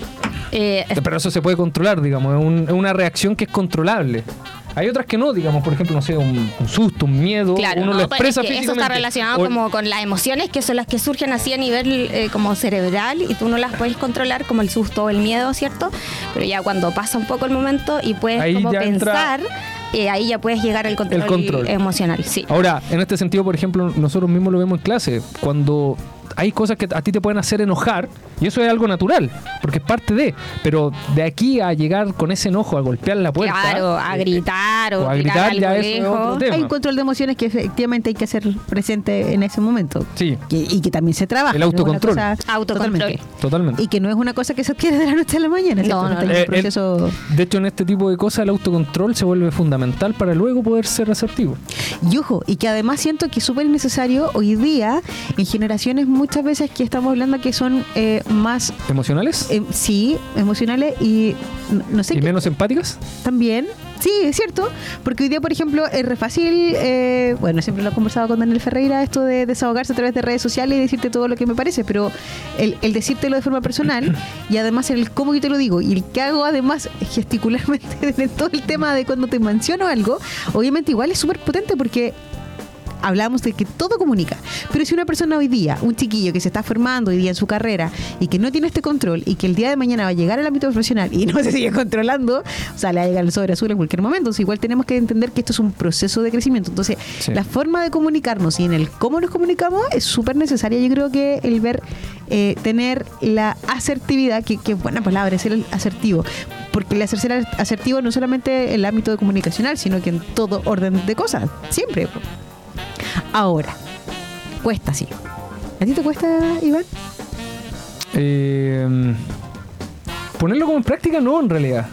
Speaker 2: Pero eso se puede controlar, digamos, es una reacción que es controlable. Hay otras que no, digamos, por ejemplo, no sé, un susto, un miedo,
Speaker 6: claro,
Speaker 2: uno lo expresa
Speaker 6: es que
Speaker 2: físicamente.
Speaker 6: eso está relacionado como con las emociones, que son las que surgen así a nivel como cerebral, y tú no las puedes controlar, como el susto o el miedo, ¿cierto? Pero ya cuando pasa un poco el momento y puedes
Speaker 2: ahí
Speaker 6: como
Speaker 2: pensar,
Speaker 6: ahí ya puedes llegar al control emocional. Sí.
Speaker 2: Ahora, en este sentido, por ejemplo, nosotros mismos lo vemos en clase, cuando hay cosas que a ti te pueden hacer enojar, y eso es algo natural, porque es parte de, pero de aquí a llegar con ese enojo, a golpear la puerta,
Speaker 6: claro, a gritar o
Speaker 2: a gritar, ya
Speaker 6: algo
Speaker 2: eso es
Speaker 6: lejos.
Speaker 2: otro tema.
Speaker 1: Hay un control de emociones que efectivamente hay que hacer presente en ese momento.
Speaker 2: Sí.
Speaker 1: Y que también se trabaja.
Speaker 2: El autocontrol.
Speaker 1: No es una cosa-
Speaker 6: Autocontrol.
Speaker 2: Totalmente.
Speaker 1: Y que no es una cosa que se adquiere de la noche a la mañana. ¿cierto?
Speaker 6: No.
Speaker 1: Hay un proceso...
Speaker 2: De hecho, en este tipo de cosas, el autocontrol se vuelve fundamental para luego poder ser asertivo.
Speaker 1: Y ojo, y que además siento que es súper necesario hoy día en generaciones muchas veces que estamos hablando que son más...
Speaker 2: ¿Emocionales?
Speaker 1: Sí, emocionales y no sé
Speaker 2: ¿Y
Speaker 1: qué...
Speaker 2: menos empáticas?
Speaker 1: También, sí, es cierto, porque hoy día, por ejemplo, es re fácil, bueno, siempre lo he conversado con Daniel Ferreira, esto de desahogarse a través de redes sociales y decirte todo lo que me parece, pero el decírtelo de forma personal y además el cómo yo te lo digo y el que hago además gesticularmente en todo el tema de cuando te menciono algo, obviamente igual es súper potente porque... Hablamos de que todo comunica, pero si una persona hoy día, un chiquillo que se está formando hoy día en su carrera y que no tiene este control y que el día de mañana va a llegar al ámbito profesional y no se sigue controlando, o sea, le va a llegar el sobre azul en cualquier momento. Entonces, igual tenemos que entender que esto es un proceso de crecimiento. Entonces,
Speaker 2: sí,
Speaker 1: la forma de comunicarnos y en el cómo nos comunicamos es súper necesaria. Yo creo que el ver, tener la asertividad, que es buena palabra, ser el asertivo. Porque el ser asertivo no solamente en el ámbito de comunicacional, sino que en todo orden de cosas, siempre. Ahora, cuesta, sí. ¿A ti te cuesta, Iván?
Speaker 2: Ponerlo como en práctica, no, en realidad.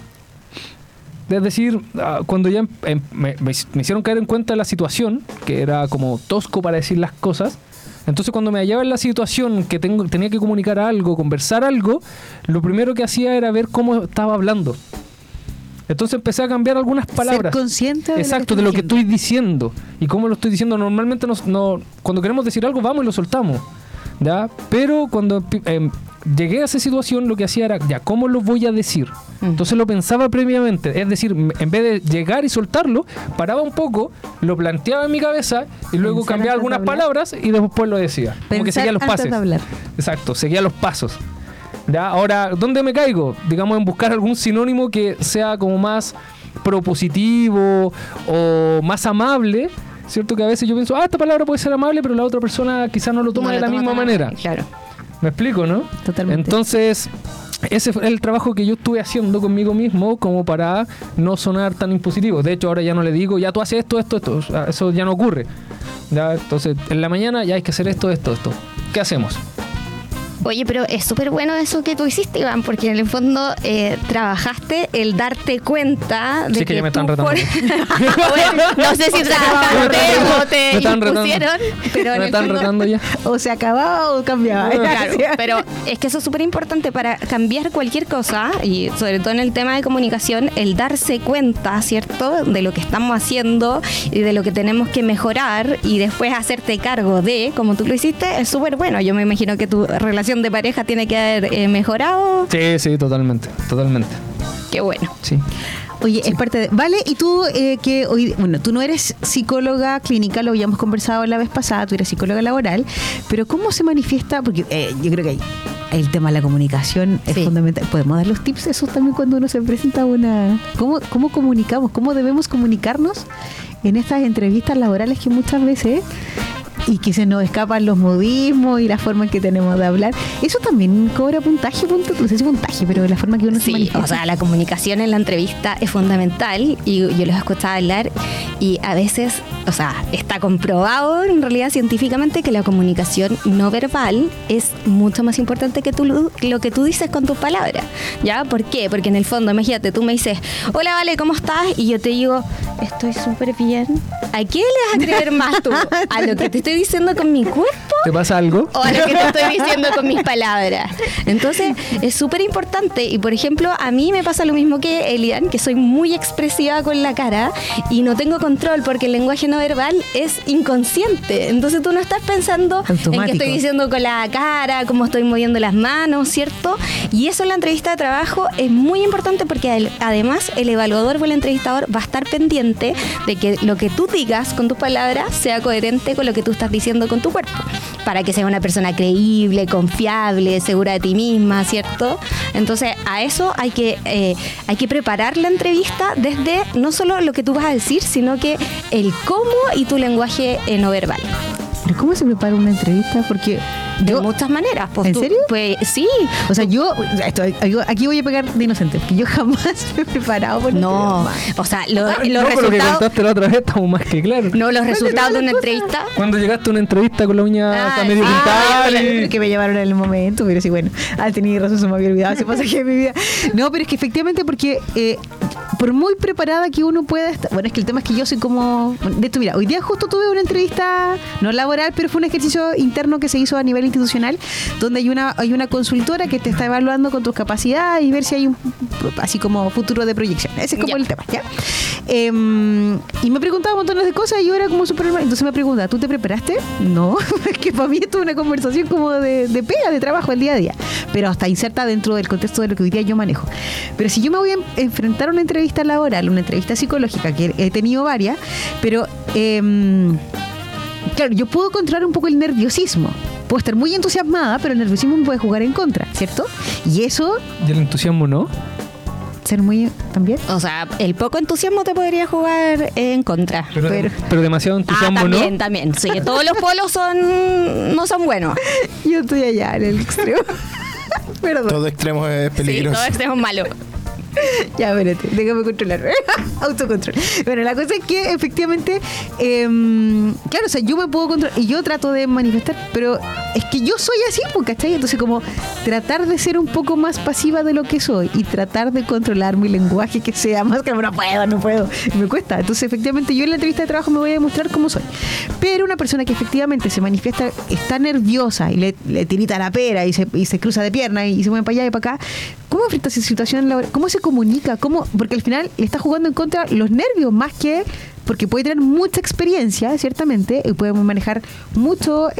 Speaker 2: Es decir, cuando ya me hicieron caer en cuenta la situación, que era como tosco para decir las cosas, entonces cuando me hallaba en la situación que tenía que comunicar algo, conversar algo, lo primero que hacía era ver cómo estaba hablando. Entonces empecé a cambiar algunas palabras.
Speaker 1: Ser consciente de
Speaker 2: exacto, de lo que estoy diciendo y cómo lo estoy diciendo. Normalmente cuando queremos decir algo vamos y lo soltamos, ¿ya? Pero cuando llegué a esa situación, lo que hacía era, ya, ¿cómo lo voy a decir? Entonces lo pensaba previamente, es decir, en vez de llegar y soltarlo, paraba un poco, lo planteaba en mi cabeza y luego
Speaker 1: Pensar
Speaker 2: cambiaba
Speaker 1: antes de
Speaker 2: algunas
Speaker 1: hablar.
Speaker 2: palabras y después lo decía. Como que seguía los
Speaker 1: antes
Speaker 2: pasos.
Speaker 1: de hablar.
Speaker 2: Exacto, seguía los pasos. ¿Ya? Ahora, ¿dónde me caigo? Digamos, en buscar algún sinónimo que sea como más propositivo o más amable, ¿cierto? Que a veces yo pienso, esta palabra puede ser amable, pero la otra persona quizás no lo toma de la misma manera.
Speaker 6: Claro.
Speaker 2: ¿Me explico, no?
Speaker 1: Totalmente.
Speaker 2: Entonces, ese fue el trabajo que yo estuve haciendo conmigo mismo como para no sonar tan impositivo. De hecho, ahora ya no le digo, ya tú haces esto. O sea, eso ya no ocurre. ¿Ya? Entonces, en la mañana ya hay que hacer esto. ¿Qué hacemos?
Speaker 6: Oye, pero es súper bueno eso que tú hiciste, Iván, porque en el fondo trabajaste el darte cuenta de
Speaker 2: Sí, que ya me están retando.
Speaker 6: Bueno, no sé si trabajaste o te
Speaker 2: Me están retando.
Speaker 6: impusieron, pero en
Speaker 2: Me
Speaker 6: el
Speaker 2: están
Speaker 6: fondo...
Speaker 2: retando ya.
Speaker 1: O se acababa o cambiaba.
Speaker 6: Claro, pero es que eso es súper importante para cambiar cualquier cosa y sobre todo en el tema de comunicación, el darse cuenta, ¿cierto?, de lo que estamos haciendo y de lo que tenemos que mejorar y después hacerte cargo de, como tú lo hiciste, es súper bueno. Yo me imagino que tu relación de pareja tiene que haber mejorado.
Speaker 2: Sí, totalmente.
Speaker 6: Qué bueno.
Speaker 2: Sí.
Speaker 1: Oye, es parte de... Vale, y tú que hoy... Bueno, tú no eres psicóloga clínica, lo habíamos conversado la vez pasada, tú eres psicóloga laboral, pero ¿cómo se manifiesta? Porque yo creo que el tema de la comunicación es fundamental. ¿Podemos dar los tips esos también cuando uno se presenta una... ¿Cómo comunicamos? ¿Cómo debemos comunicarnos en estas entrevistas laborales que muchas veces... y que se nos escapan los modismos y la forma en que tenemos de hablar? Eso también cobra puntaje, no sé si puntaje, pero la forma que uno se
Speaker 6: Sí,
Speaker 1: manifiesta.
Speaker 6: o sea, la comunicación en la entrevista es fundamental y yo los he escuchado hablar y a veces, o sea, está comprobado en realidad científicamente que la comunicación no verbal es mucho más importante que lo que tú dices con tus palabras, ¿ya? ¿Por qué? Porque en el fondo, imagínate, tú me dices, hola, Vale, ¿cómo estás? Y yo te digo, estoy súper bien. ¿A qué le vas a creer más tú? ¿A lo que te estoy diciendo con mi cuerpo
Speaker 2: ¿Te pasa algo?
Speaker 6: o a lo que te estoy diciendo con mis palabras. Entonces, es súper importante. Y, por ejemplo, a mí me pasa lo mismo que Elian, que soy muy expresiva con la cara y no tengo control porque el lenguaje no verbal es inconsciente. Entonces, tú no estás pensando
Speaker 1: Automático.
Speaker 6: en qué estoy diciendo con la cara, cómo estoy moviendo las manos, ¿cierto? Y eso en la entrevista de trabajo es muy importante porque además el evaluador o el entrevistador va a estar pendiente de que lo que tú digas con tus palabras sea coherente con lo que tú estás diciendo con tu cuerpo, para que sea una persona creíble, confiable, segura de ti misma, ¿cierto? Entonces, a eso hay que preparar la entrevista desde no solo lo que tú vas a decir, sino que el cómo y tu lenguaje no verbal.
Speaker 1: ¿Pero cómo se prepara una entrevista? Porque
Speaker 6: De muchas maneras. Pues
Speaker 1: ¿En serio?
Speaker 6: Pues sí.
Speaker 1: O sea, aquí voy a pegar de inocente, porque yo jamás me he preparado por
Speaker 6: No, o sea, los
Speaker 2: Lo que
Speaker 6: resultados...
Speaker 2: contaste la otra vez estamos más que claros.
Speaker 6: No, los resultados de una entrevista...
Speaker 2: Cuando llegaste a una entrevista con la uña
Speaker 6: Ah,
Speaker 2: medio
Speaker 6: sí.
Speaker 2: pintada y-
Speaker 1: que me llevaron en el momento, pero sí, bueno, tenía razón, se me había olvidado ese pasaje de mi vida. No, pero es que efectivamente porque por muy preparada que uno pueda estar, bueno, es que el tema es que yo soy como, de hecho, mira, hoy día justo tuve una entrevista, no laboral, pero fue un ejercicio interno que se hizo a nivel institucional, donde hay una consultora que te está evaluando con tus capacidades y ver si hay un, así como futuro de proyección. Ese es como
Speaker 6: Ya.
Speaker 1: el tema, ¿ya? Y me preguntaba montones de cosas y yo era como súper normal. Entonces me pregunta, ¿tú te preparaste? No, es que para mí esto es una conversación como de pega, de trabajo, el día a día, pero hasta inserta dentro del contexto de lo que hoy día yo manejo. Pero si yo me voy a enfrentar a una entrevista laboral, una entrevista psicológica, que he tenido varias, pero claro, yo puedo controlar un poco el nerviosismo. Puedo estar muy entusiasmada, pero el nerviosismo me puede jugar en contra, ¿cierto? Y eso,
Speaker 2: y el entusiasmo no.
Speaker 1: ser muy también.
Speaker 6: O sea, el poco entusiasmo te podría jugar en contra.
Speaker 2: Pero demasiado entusiasmo
Speaker 6: también,
Speaker 2: no.
Speaker 6: también. Sí, todos los polos no son buenos.
Speaker 1: Yo estoy allá en el extremo. Perdón.
Speaker 3: Todo extremo es
Speaker 6: Sí,
Speaker 3: peligroso.
Speaker 6: todo extremo es malo.
Speaker 1: Ya, espérate, déjame controlar. Autocontrol. Bueno, la cosa es que efectivamente, claro, o sea, yo me puedo controlar y yo trato de manifestar, pero es que yo soy así, ¿cachai? Entonces, como tratar de ser un poco más pasiva de lo que soy y tratar de controlar mi lenguaje que sea más que no puedo, me cuesta. Entonces, efectivamente, yo en la entrevista de trabajo me voy a demostrar cómo soy. Pero una persona que efectivamente se manifiesta, está nerviosa y le tirita la pera y se cruza de pierna y se mueve para allá y para acá, ¿cómo enfrenta esa situación laboral? ¿Cómo se comunica? Porque al final le está jugando en contra los nervios más que... Porque puede tener mucha experiencia, ciertamente, y puede manejar mucho,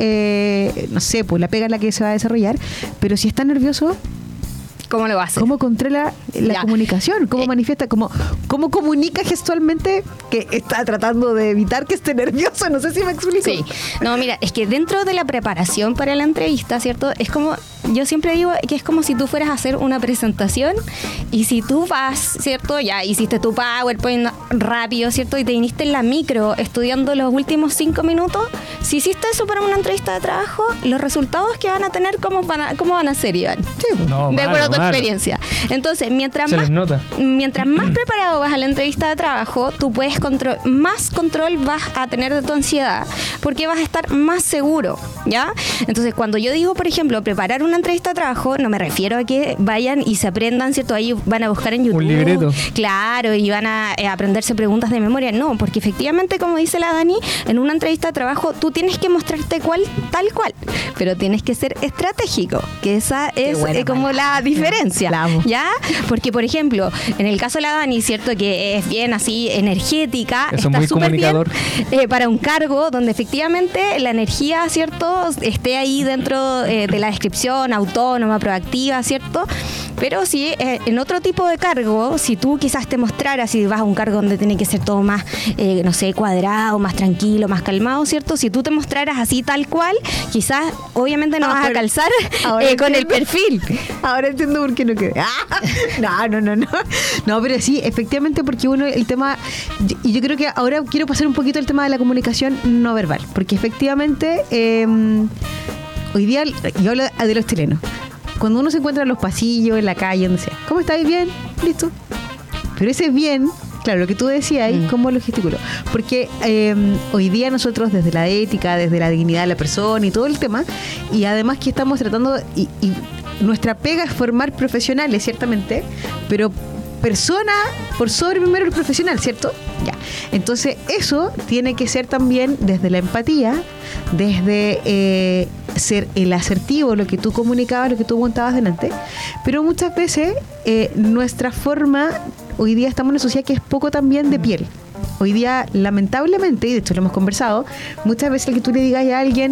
Speaker 1: no sé, pues la pega en la que se va a desarrollar, pero si está nervioso,
Speaker 6: ¿Cómo lo va a hacer?
Speaker 1: ¿cómo controla la
Speaker 6: Ya.
Speaker 1: comunicación? ¿Cómo manifiesta? ¿Cómo comunica gestualmente que está tratando de evitar que esté nervioso? No sé si me explico.
Speaker 6: Sí. No, mira, es que dentro de la preparación para la entrevista, ¿cierto? Es como, yo siempre digo que es como si tú fueras a hacer una presentación y si tú vas, ¿cierto? Ya hiciste tu PowerPoint rápido, ¿cierto? Y te viniste en la micro estudiando los últimos 5 minutos. Si hiciste eso para una entrevista de trabajo, los resultados que van a tener, ¿cómo van a ser, Iván?
Speaker 2: No,
Speaker 6: De acuerdo a tu
Speaker 2: malo.
Speaker 6: experiencia. Entonces, mientras
Speaker 2: Se les nota.
Speaker 6: más preparado vas a la entrevista de trabajo, tú puedes más control vas a tener de tu ansiedad, porque vas a estar más seguro, ¿ya? Entonces, cuando yo digo, por ejemplo, preparar una entrevista de trabajo, no me refiero a que vayan y se aprendan, ¿cierto? Ahí van a buscar en YouTube.
Speaker 2: libreto.
Speaker 6: Claro, y van a aprenderse preguntas de memoria. No, porque efectivamente, como dice la Dani, en una entrevista de trabajo tú tienes que mostrarte tal cual, pero tienes que ser estratégico, que esa es
Speaker 1: buena,
Speaker 6: como la diferencia,
Speaker 1: La amo.
Speaker 6: ¿ya? Porque, por ejemplo, en el caso de la Dani, ¿cierto? Que es bien así energética,
Speaker 2: Eso,
Speaker 6: está
Speaker 2: muy
Speaker 6: súper bien
Speaker 2: comunicador.
Speaker 6: para un cargo donde efectivamente la energía, ¿cierto? Esté ahí dentro de la descripción, autónoma, proactiva, ¿cierto? Pero si en otro tipo de cargo, si tú quizás te mostraras, si vas a un cargo donde tiene que ser todo más, no sé, cuadrado, más tranquilo, más calmado, ¿cierto? Si tú te mostraras así tal cual, quizás obviamente no vas a calzar
Speaker 1: ahora
Speaker 6: con el
Speaker 1: entiendo.
Speaker 6: perfil.
Speaker 1: Ahora entiendo por qué no quedé. No. No, pero sí, efectivamente, porque uno, el tema, y yo creo que ahora quiero pasar un poquito al tema de la comunicación no verbal, porque efectivamente, hoy día, yo hablo de los chilenos, cuando uno se encuentra en los pasillos, en la calle, donde sea, ¿cómo estáis? Bien, listo. Pero ese bien, claro, lo que tú decías ahí, ¿cómo lo gesticulo? Porque hoy día nosotros, desde la ética, desde la dignidad de la persona y todo el tema, y además que estamos tratando, y nuestra pega es formar profesionales, ciertamente, pero persona por sobre primero el profesional, ¿cierto? Ya. Entonces, eso tiene que ser también desde la empatía, desde ser el asertivo, lo que tú comunicabas, lo que tú contabas delante. Pero muchas veces nuestra forma, hoy día estamos en una sociedad que es poco también de piel. Hoy día, lamentablemente, y de hecho lo hemos conversado, muchas veces el que tú le digas a alguien,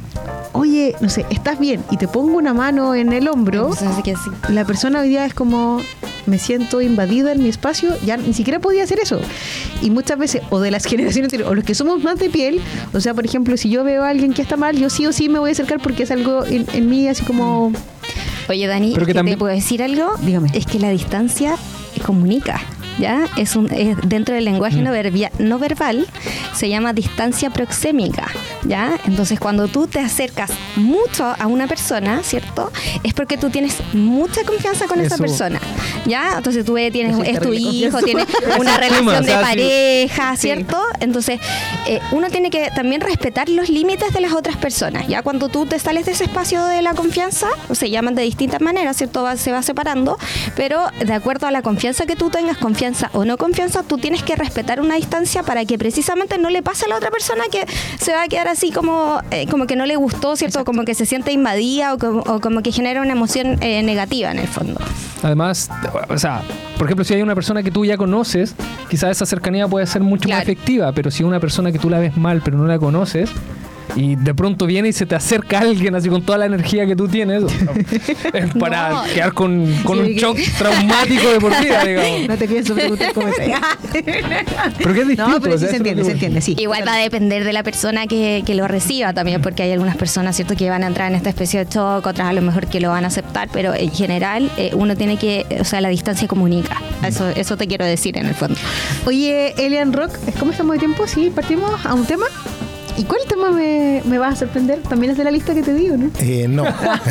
Speaker 1: oye, no sé, ¿estás bien? Y te pongo una mano en el hombro, la persona hoy día es como, me siento invadida en mi espacio, ya ni siquiera podía hacer eso. Y muchas veces, o de las generaciones anteriores, o los que somos más de piel, o sea, por ejemplo, si yo veo a alguien que está mal, yo sí o sí me voy a acercar porque es algo en mí así como...
Speaker 6: Oye, Dani,
Speaker 2: pero que también...
Speaker 6: ¿te puedo decir algo?
Speaker 1: Dígame. Es
Speaker 6: que la distancia comunica. ¿Ya? Es dentro del lenguaje no verbal se llama distancia proxémica, ¿ya? Entonces cuando tú te acercas mucho a una persona, ¿cierto? Es porque tú tienes mucha confianza con esa persona, ¿ya? Entonces tú es tu hijo, tienes una relación de pareja, ¿cierto? Sí. Entonces uno tiene que también respetar los límites de las otras personas, ¿ya? Cuando tú te sales de ese espacio de la confianza, se llaman de distintas maneras, ¿cierto? Se va separando, pero de acuerdo a la confianza que tú tengas, confianza o no confianza, tú tienes que respetar una distancia para que precisamente no le pase a la otra persona que se va a quedar así como que no le gustó, ¿cierto? Exacto. Como que se siente invadida o como que genera una emoción negativa en el fondo.
Speaker 2: Además, o sea, por ejemplo, si hay una persona que tú ya conoces, quizás esa cercanía puede ser mucho más efectiva, pero si una persona que tú la ves mal pero no la conoces, y de pronto viene y se te acerca alguien así con toda la energía que tú tienes es para quedar con un shock traumático de por vida, digamos.
Speaker 1: No te pienso preguntar cómo está.
Speaker 2: Pero que es distinto.
Speaker 1: No, pero sí se entiende, sí.
Speaker 6: Igual va a depender de la persona que lo reciba también, porque hay algunas personas, ¿cierto?, que van a entrar en esta especie de shock, otras a lo mejor que lo van a aceptar, pero en general uno tiene que, o sea, la distancia comunica. Eso te quiero decir en el fondo.
Speaker 1: Oye, Elian Rock, ¿cómo estamos de tiempo? Sí, partimos a un tema. ¿Y cuál tema me vas a sorprender? También es de la lista que te digo, ¿no?
Speaker 3: No.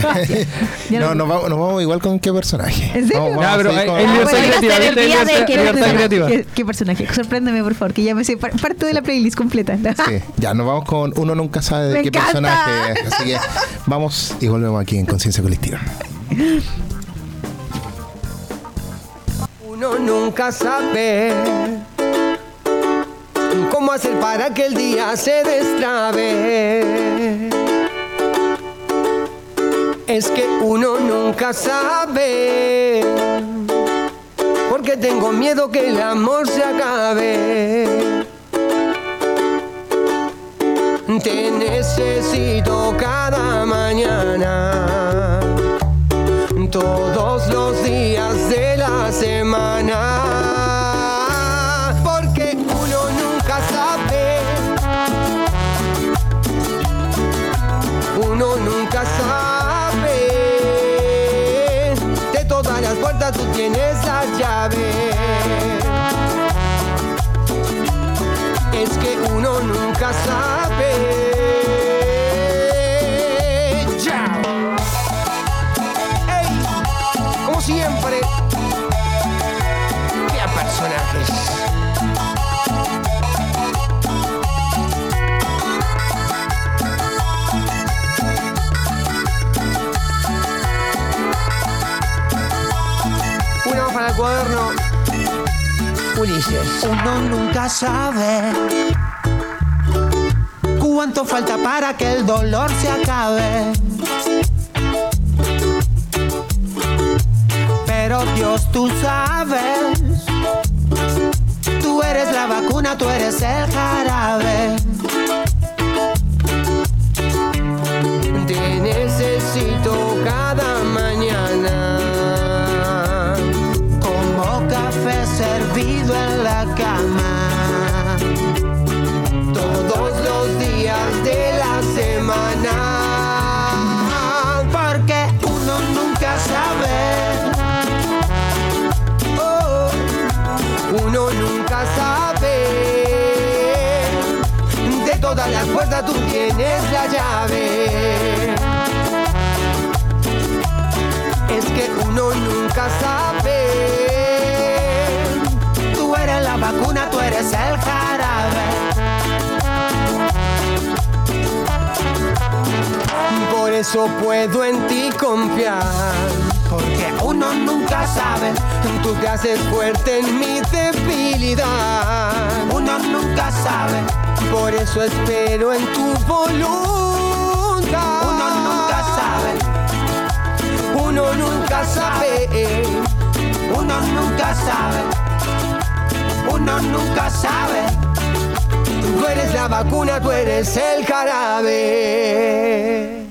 Speaker 3: No, nos vamos igual con qué personaje.
Speaker 1: ¿En serio? ¿Qué personaje? Sorpréndeme, por favor, que ya me sé parte de la playlist completa.
Speaker 3: Sí, ya nos vamos con Uno Nunca Sabe de qué personaje. Así que vamos y volvemos aquí en Conciencia Colectiva.
Speaker 7: Uno nunca sabe cómo hacer para que el día se destrabe. Es que uno nunca sabe, porque tengo miedo que el amor se acabe. Te necesito cada mañana, todos los días de la semana, porque uno nunca sabe, uno nunca sabe, de todas las puertas tú tienes la llave. Es que uno nunca sabe. ¡Ya! ¡Ey! Como siempre, ¡qué personajes! Una hoja del cuaderno. Ulises.
Speaker 8: Uno nunca sabe cuánto falta para que el dolor se acabe. Pero Dios, tú sabes, tú eres la vacuna, tú eres el jarabe.
Speaker 7: Te necesito cada mañana,
Speaker 8: como café servido en la cama,
Speaker 7: todos los días de la semana,
Speaker 8: porque uno nunca sabe.
Speaker 7: Oh, uno nunca sabe, de todas las puertas tú tienes la llave. Es que uno nunca sabe,
Speaker 8: tú eres la vacuna, tú eres el jarabe.
Speaker 7: Por eso puedo en ti confiar,
Speaker 8: porque uno nunca sabe.
Speaker 7: tú te haces fuerte en mi debilidad.
Speaker 8: Uno sabe.
Speaker 7: Por eso espero en tu voluntad.
Speaker 8: Uno nunca sabe.
Speaker 7: Uno nunca sabe.
Speaker 8: Uno nunca sabe. Uno nunca sabe.
Speaker 7: Tú eres la vacuna, tú eres el jarabe.